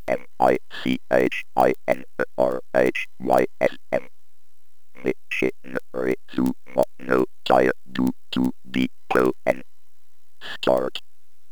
Start.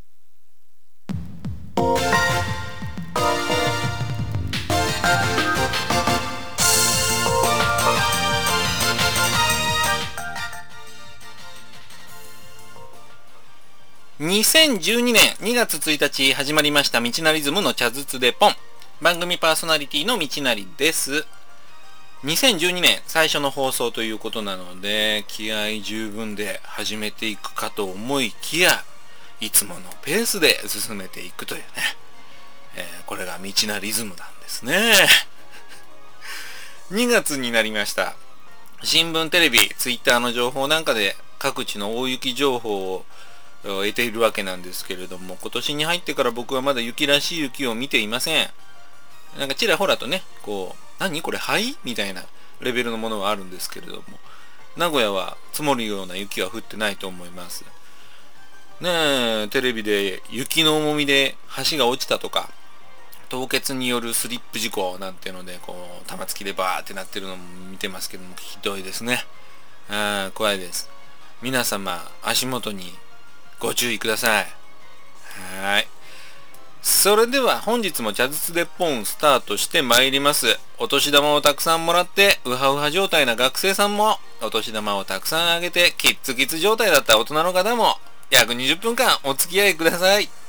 2012年2月1日始まりました道なリズムの茶筒でポン。番組パーソナリティの道なりです。2012年最初の放送ということなので、気合十分で始めていくかと思いきや、いつものペースで進めていくというね、これが道なリズムなんですね。2月になりました。新聞、テレビ、ツイッターの情報なんかで各地の大雪情報を得ているわけなんですけれども、今年に入ってから僕はまだ雪らしい雪を見ていません。なんかちらほらとね、こう、何これ灰みたいなレベルのものはあるんですけれども、名古屋は積もるような雪は降ってないと思います。ねえ、テレビで雪の重みで橋が落ちたとか、凍結によるスリップ事故なんていうので、こう、玉突きでバーってなってるのも見てますけども、ひどいですね。怖いです。皆様、足元にご注意ください。はい。それでは本日も茶筒でポンスタートして参ります。お年玉をたくさんもらってウハウハ状態な学生さんも、お年玉をたくさんあげてキッツキツ状態だった大人の方も、約20分間お付き合いください。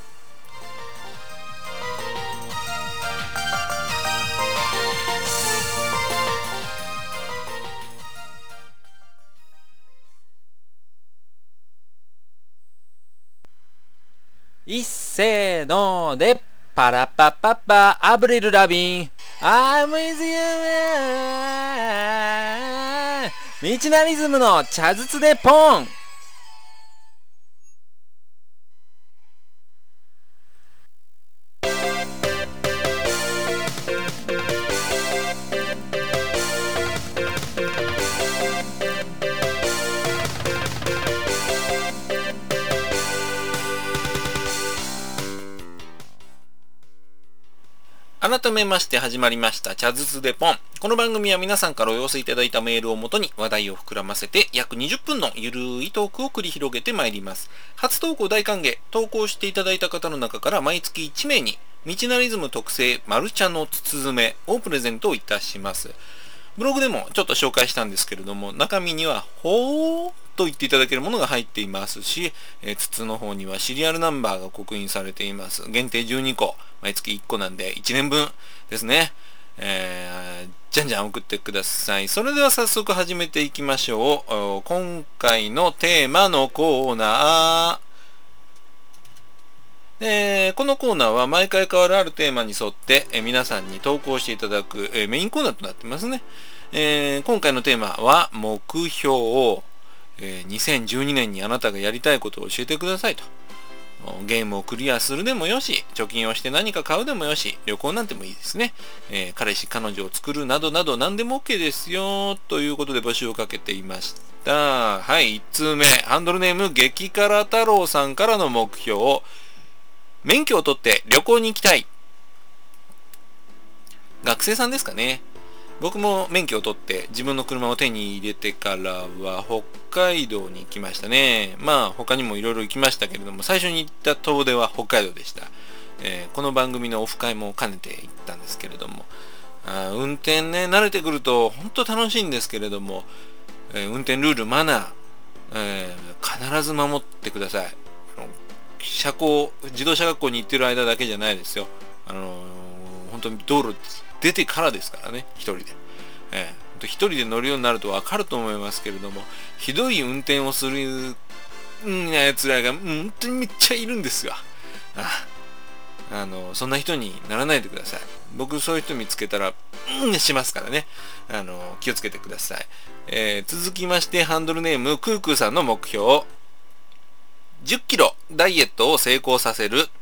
いっせーので、パラッパッパッパ、アブリル・ラビン、I'm with you! 道なリズムの茶筒でポン。 改めまして始まりました茶筒でポン。この番組は皆さんからお寄せいただいたメールをもとに話題を膨らませて約20分のゆるいトークを繰り広げてまいります。初投稿大歓迎。投稿していただいた方の中から毎月1名に道なリズム特製マルチャの筒詰めをプレゼントいたします。ブログでもちょっと紹介したんですけれども、中身にはほーと言っていただけるものが入っていますし、筒の方にはシリアルナンバーが刻印されています。限定12個、毎月1個なんで1年分ですね。じゃんじゃん送ってください。それでは早速始めていきましょう。今回のテーマのコーナー。このコーナーは毎回変わるあるテーマに沿って、皆さんに投稿していただく、メインコーナーとなってますね。今回のテーマは目標を、2012年にあなたがやりたいことを教えてくださいと。ゲームをクリアするでもよし、貯金をして何か買うでもよし、旅行なんてもいいですね。彼氏彼女を作るなどなど何でも OK ですよということで募集をかけていました。はい、1通目、ハンドルネーム激辛太郎さんからの目標、免許を取って旅行に行きたい。学生さんですかね。僕も免許を取って自分の車を手に入れてからは北海道に行きましたね。まあ他にもいろいろ行きましたけれども、最初に行った遠出は北海道でした。この番組のオフ会も兼ねて行ったんですけれども、運転ね、慣れてくると本当楽しいんですけれども、運転ルール、マナー、必ず守ってください。自動車学校に行ってる間だけじゃないですよ。本当に道路出てからですからね、一人で。一人で乗るようになると分かると思いますけれども、ひどい運転をするやつらが本当にめっちゃいるんですよ。そんな人にならないでください。僕そういう人見つけたらしますからね。気をつけてください。続きましてハンドルネームクークーさんの目標、10キロダイエットを成功させる。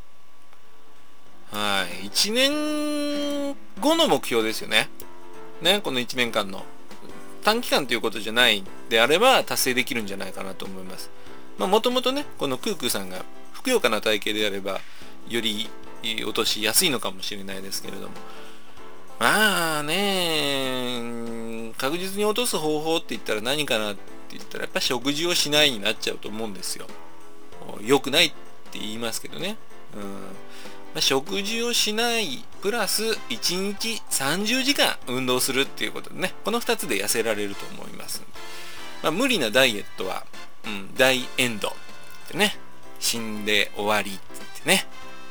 はい、1年後の目標ですよね。この1年間の短期間ということじゃないであれば達成できるんじゃないかなと思います。もともとね、このクークーさんがふくよかな体型であればより落としやすいのかもしれないですけれども、まあね、確実に落とす方法って言ったら何かなって言ったら、やっぱ食事をしないになっちゃうと思うんですよ。良くないって言いますけどね。食事をしないプラス1日30時間運動するっていうことでね、この2つで痩せられると思います。無理なダイエットは、大エンドってね、死んで終わりってね。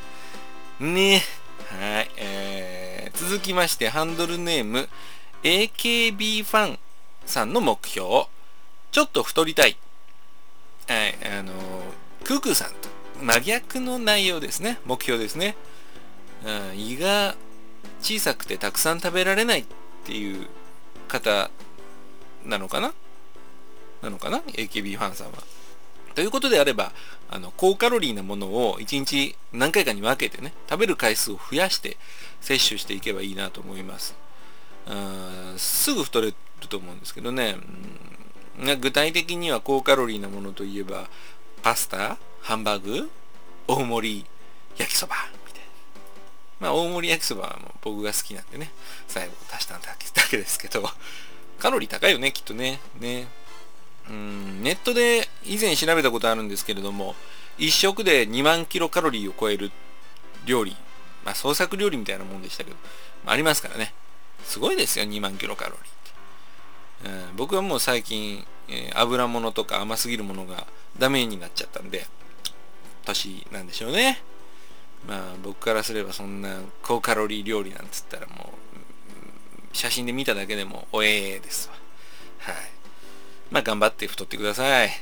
はい、続きましてハンドルネーム AKB ファンさんの目標、ちょっと太りたい。はい、クークーさんと真逆の内容ですね。目標ですね。胃が小さくてたくさん食べられないっていう方なのかな AKB ファンさんは。ということであれば、高カロリーなものを1日何回かに分けてね、食べる回数を増やして摂取していけばいいなと思います。すぐ太れると思うんですけどね。具体的には高カロリーなものといえば、パスタ、ハンバーグ、大盛り焼きそばみたいな。大盛り焼きそばはもう僕が好きなんでね、最後足しただけですけど、カロリー高いよね、きっとね。ネットで以前調べたことあるんですけれども、1食で2万キロカロリーを超える料理、創作料理みたいなもんでしたけど、ありますからね。すごいですよ、2万キロカロリーって。僕はもう最近、油物とか甘すぎるものがダメになっちゃったんで、年なんでしょうね。僕からすればそんな高カロリー料理なんつったらもう、写真で見ただけでもおえーですわ。はい。頑張って太ってください。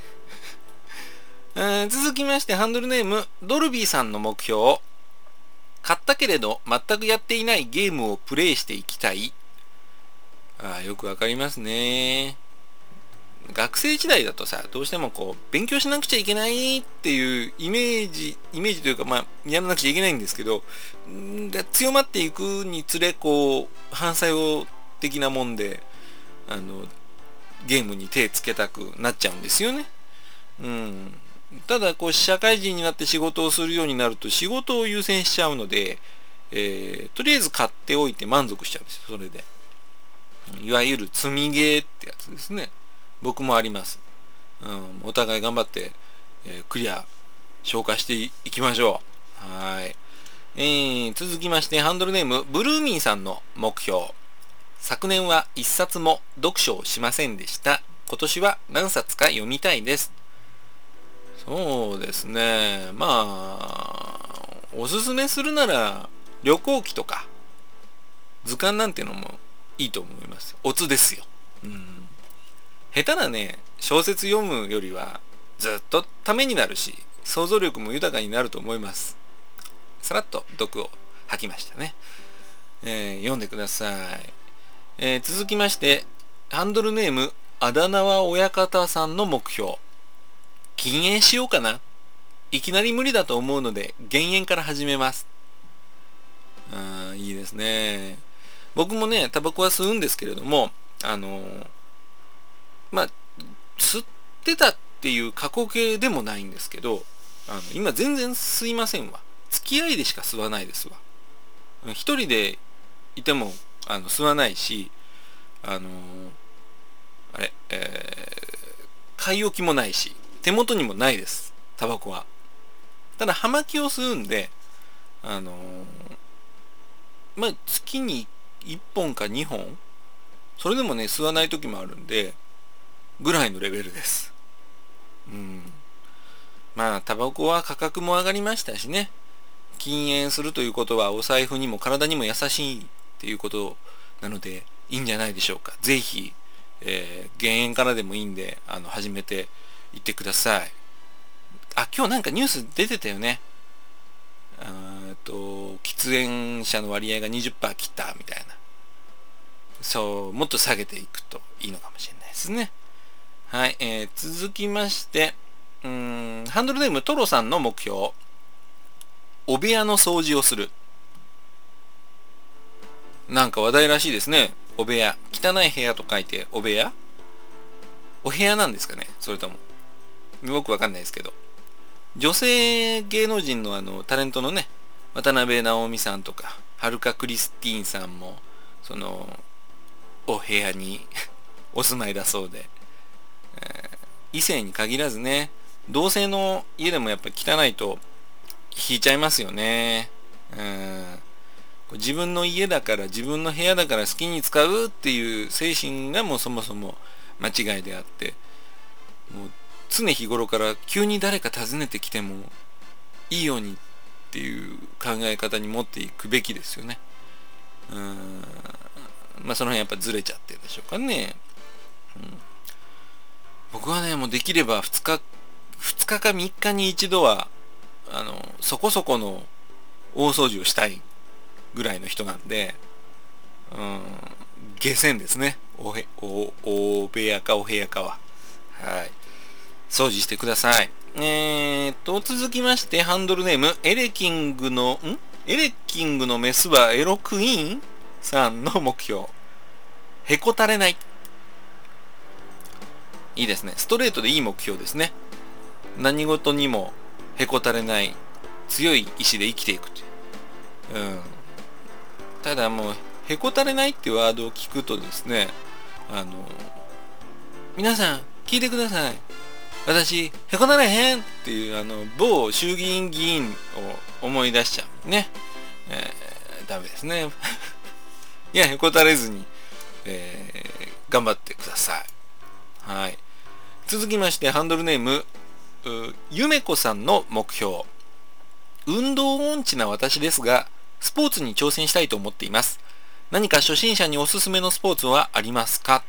続きましてハンドルネームドルビーさんの目標、買ったけれど全くやっていないゲームをプレイしていきたい。よくわかりますね。学生時代だとさ、どうしても勉強しなくちゃいけないっていうイメージというか、やらなくちゃいけないんですけど、が強まっていくにつれ、反作用的なもんで、ゲームに手つけたくなっちゃうんですよね。ただ、社会人になって仕事をするようになると、仕事を優先しちゃうので、とりあえず買っておいて満足しちゃうんですよ、それで。いわゆる積みゲーってやつですね。僕もあります。お互い頑張って、クリア、消化していきましょう。はい。続きまして、ハンドルネーム、ブルーミーさんの目標。昨年は一冊も読書をしませんでした。今年は何冊か読みたいです。そうですね。おすすめするなら、旅行記とか、図鑑なんてのもいいと思います。オツですよ。下手なね、小説読むよりはずっとためになるし、想像力も豊かになると思います。さらっと毒を吐きましたね。読んでください。続きまして、ハンドルネーム、あだ名は親方さんの目標。禁煙しようかな。いきなり無理だと思うので、減煙から始めます。いいですね。僕もね、タバコは吸うんですけれども、吸ってたっていう過去形でもないんですけど、今全然吸いませんわ。付き合いでしか吸わないですわ。一人でいても吸わないし、買い置きもないし、手元にもないです、タバコは。ただ葉巻を吸うんで、月に1本か2本、それでもね吸わない時もあるんで、ぐらいのレベルです。タバコは価格も上がりましたしね。禁煙するということはお財布にも体にも優しいっていうことなのでいいんじゃないでしょうか。ぜひ、減煙からでもいいんで始めていってください。今日なんかニュース出てたよね。喫煙者の割合が 20% 切ったみたいな。もっと下げていくといいのかもしれないですね。はい、続きまして、ハンドルネームトロさんの目標。お部屋の掃除をする。なんか話題らしいですね。お部屋。汚い部屋と書いてお部屋？お部屋なんですかね、それとも。よくわかんないですけど。女性芸能人のタレントのね、 渡辺直美さんとかはるかクリスティーンさんもそのお部屋にお住まいだそうで、異性に限らずね、同性の家でもやっぱり汚いと引いちゃいますよね。自分の家だから自分の部屋だから好きに使うっていう精神がもうそもそも間違いであって、もう常日頃から急に誰か訪ねてきてもいいようにっていう考え方に持っていくべきですよね。まあその辺やっぱずれちゃってるでしょうかね。僕はね、もうできれば2日か3日に一度はそこそこの大掃除をしたいぐらいの人なんで、下船ですね。お部屋かお部屋かは。はい。掃除してください。続きまして、ハンドルネーム、エレキングのメスはエロクイーンさんの目標。へこたれない。いいですね。ストレートでいい目標ですね。何事にもへこたれない強い意志で生きていくという。ただもう、へこたれないっていうワードを聞くとですね、皆さん聞いてください。私、へこたれへんっていう某衆議院議員を思い出しちゃうね。ダメですね。いや、へこたれずに、頑張ってください。はい。続きまして、ハンドルネーム、ゆめこさんの目標。運動音痴な私ですが、スポーツに挑戦したいと思っています。何か初心者におすすめのスポーツはありますか？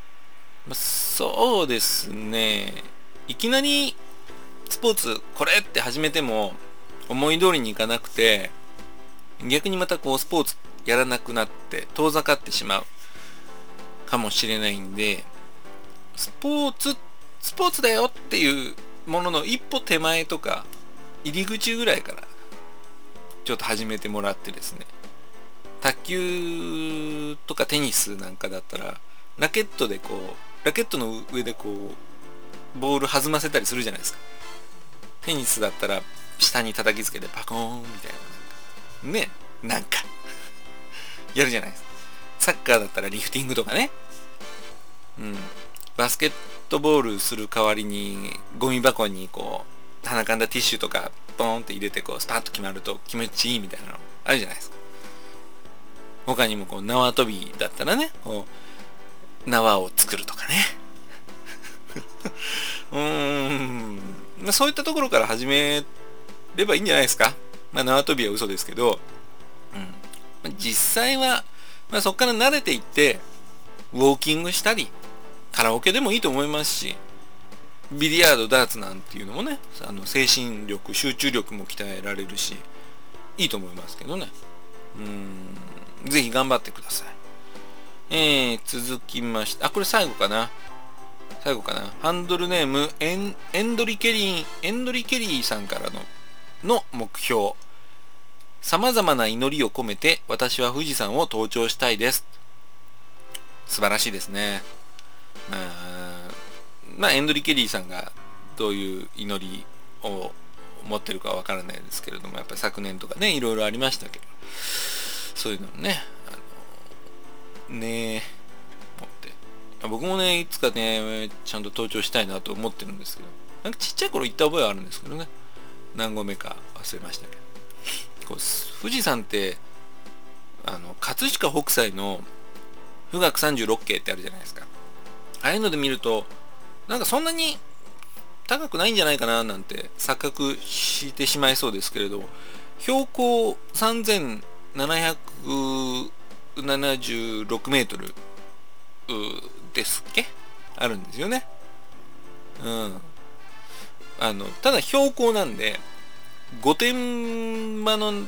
そうですね。いきなりスポーツこれって始めても思い通りにいかなくて、逆にまたこうスポーツやらなくなって遠ざかってしまうかもしれないんで、スポーツだよっていうものの一歩手前とか入り口ぐらいからちょっと始めてもらってですね、卓球とかテニスなんかだったらラケットの上でこうボール弾ませたりするじゃないですか。テニスだったら下に叩きつけてパコーンみたいなね、なんかやるじゃないですか。サッカーだったらリフティングとかね、バスケットボールする代わりにゴミ箱にこう鼻かんだティッシュとかポーンって入れてこうスパッと決まると気持ちいいみたいなのあるじゃないですか。他にもこう縄跳びだったらね、こう縄を作るとかねそういったところから始めればいいんじゃないですか。縄跳びは嘘ですけど、実際は、そこから慣れていってウォーキングしたりカラオケでもいいと思いますし、ビリヤード、ダーツなんていうのもね、精神力、集中力も鍛えられるしいいと思いますけどね。ぜひ頑張ってください。続きまして、これ最後かな。ハンドルネームエンドリケリーさんからの目標。様々な祈りを込めて私は富士山を登頂したいです。素晴らしいですね。エンドリケリーさんがどういう祈りを持ってるかわからないですけれども、やっぱり昨年とかね、いろいろありましたけど、そういうのね、持って、僕もね、いつかね、ちゃんと登頂したいなと思ってるんですけど、なんかちっちゃい頃行った覚えはあるんですけどね、何合目か忘れましたけど、富士山って葛飾北斎の富岳36景ってあるじゃないですか。ああいうので見るとなんかそんなに高くないんじゃないかななんて錯覚してしまいそうですけれど、標高3776メートルですっけあるんですよね。ただ標高なんで御殿場の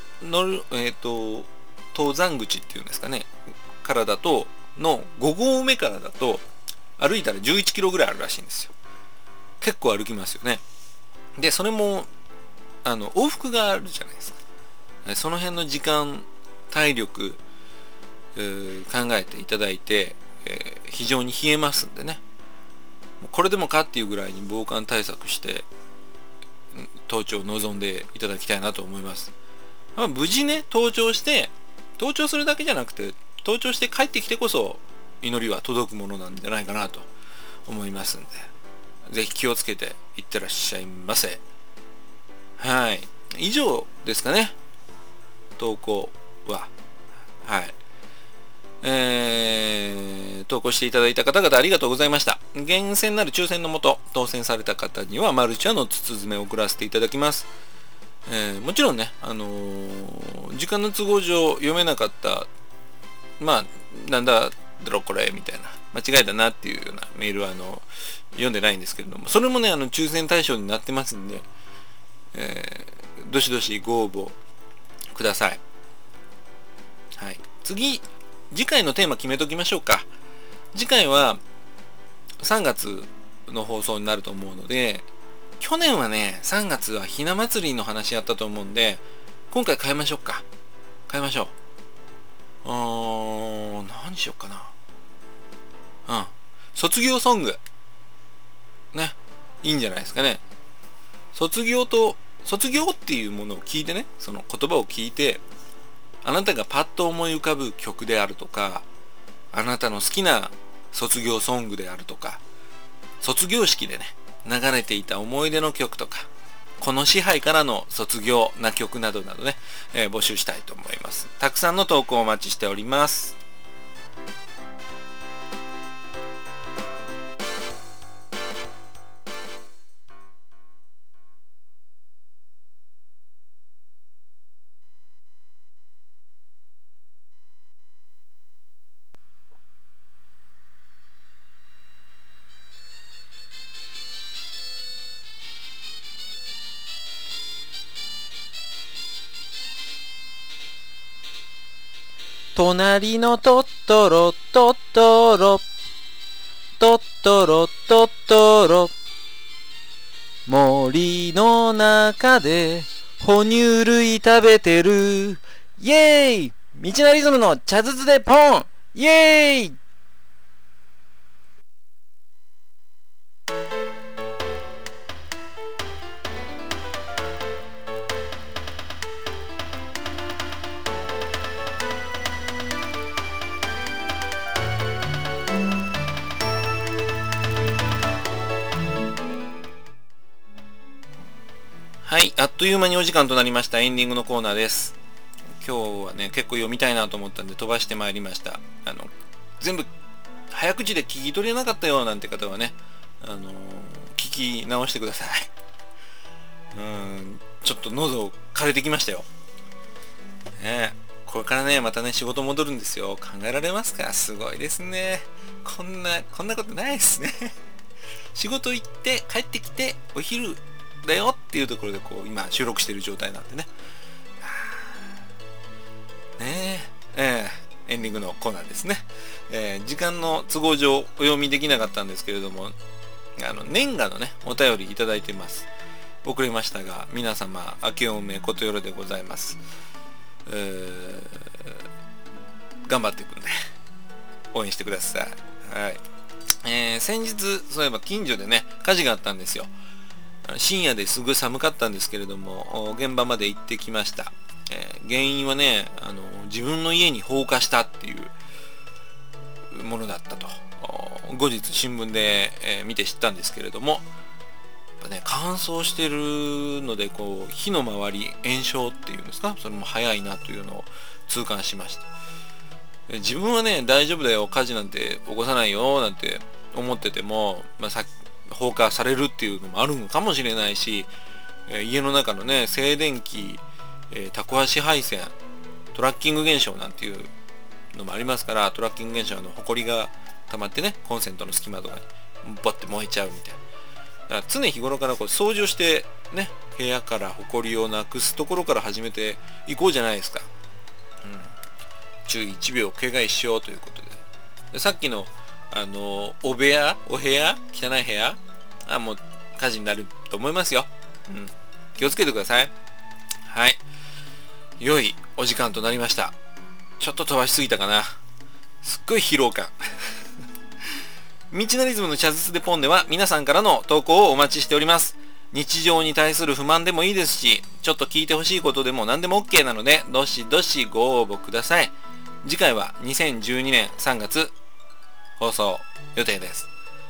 登山口っていうんですかねからだとの5合目からだと歩いたら11キロぐらいあるらしいんですよ。結構歩きますよね。でそれも往復があるじゃないですか。その辺の時間体力、考えていただいて、非常に冷えますんでね、これでもかっていうぐらいに防寒対策して登頂を望んでいただきたいなと思います。 無事ね、登頂するだけじゃなくて、登頂して帰ってきてこそ、祈りは届くものなんじゃないかなと思いますんで、ぜひ気をつけていってらっしゃいませ。はい。以上ですかね。投稿は。はい。投稿していただいた方々ありがとうございました。厳選なる抽選のもと、当選された方にはマルチャの筒詰めを送らせていただきます。もちろんね、時間の都合上読めなかった、まあ、なんだろこれみたいな、間違いだなっていうようなメールは読んでないんですけれども、それもね、抽選対象になってますんで、どしどしご応募ください。はい。次回のテーマ決めときましょうか。次回は3月の放送になると思うので、去年はね、3月はひな祭りの話やったと思うんで、今回変えましょうか。変えましょう。何しようかな。卒業ソング。ね。いいんじゃないですかね。卒業っていうものを聞いてね、その言葉を聞いて、あなたがパッと思い浮かぶ曲であるとか、あなたの好きな卒業ソングであるとか、卒業式でね、流れていた思い出の曲とか、この支配からの卒業な曲などなどね、募集したいと思います。たくさんの投稿をお待ちしております。 隣のトットロトットロトットロトットロ、森の中で哺乳類食べてる。イエーイ、道なリズムの茶筒でポン、イエーイ。 はい、あっという間にお時間となりましたエンディングのコーナーです。今日はね、結構読みたいなと思ったんで飛ばしてまいりました。全部早口で聞き取れなかったよなんて方はね、聞き直してください。ちょっと喉枯れてきましたよ。これからね、またね、仕事戻るんですよ。考えられますか？すごいですね。こんなことないですね。仕事行って帰ってきてお昼だよっていうところでこう今収録している状態なんでね。エンディングのコーナーですね。時間の都合上お読みできなかったんですけれども、年賀のねお便りいただいてます。遅れましたが皆様明けおめことよろでございます。頑張っていくんで応援してください。はい。先日そういえば近所でね火事があったんですよ。深夜ですごい寒かったんですけれども現場まで行ってきました。原因はね自分の家に放火したっていうものだったと後日新聞で、見て知ったんですけれども、やっぱね乾燥してるのでこう火の周り炎症っていうんですか、それも早いなというのを痛感しました。自分はね大丈夫だよ、火事なんて起こさないよなんて思ってても、放火されるっていうのもあるのかもしれないし、家の中のね静電気、タコ足配線、トラッキング現象なんていうのもありますから、トラッキング現象の埃が溜まってねコンセントの隙間とかにバッて燃えちゃうみたいな。だから常日頃からこう掃除をしてね部屋から埃をなくすところから始めていこうじゃないですか。注意1秒怪我一生ということで、さっきのお部屋汚い部屋もう火事になると思いますよ。気をつけてください。はい、良いお時間となりました。ちょっと飛ばしすぎたかな。すっごい疲労感。道なリズムの茶筒でポンでは皆さんからの投稿をお待ちしております。 日常に対する不満でもいいですし、ちょっと聞いてほしいことでも何でも OK なので、どしどしご応募ください。次回は2012年3月放送予定です。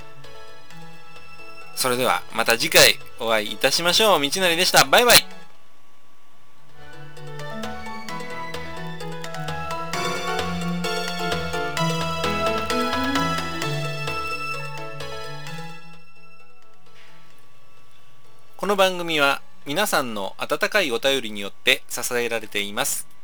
それではまた次回お会いいたしましょう。道成でした。バイバイ。この番組は皆さんの温かいお便りによって支えられています。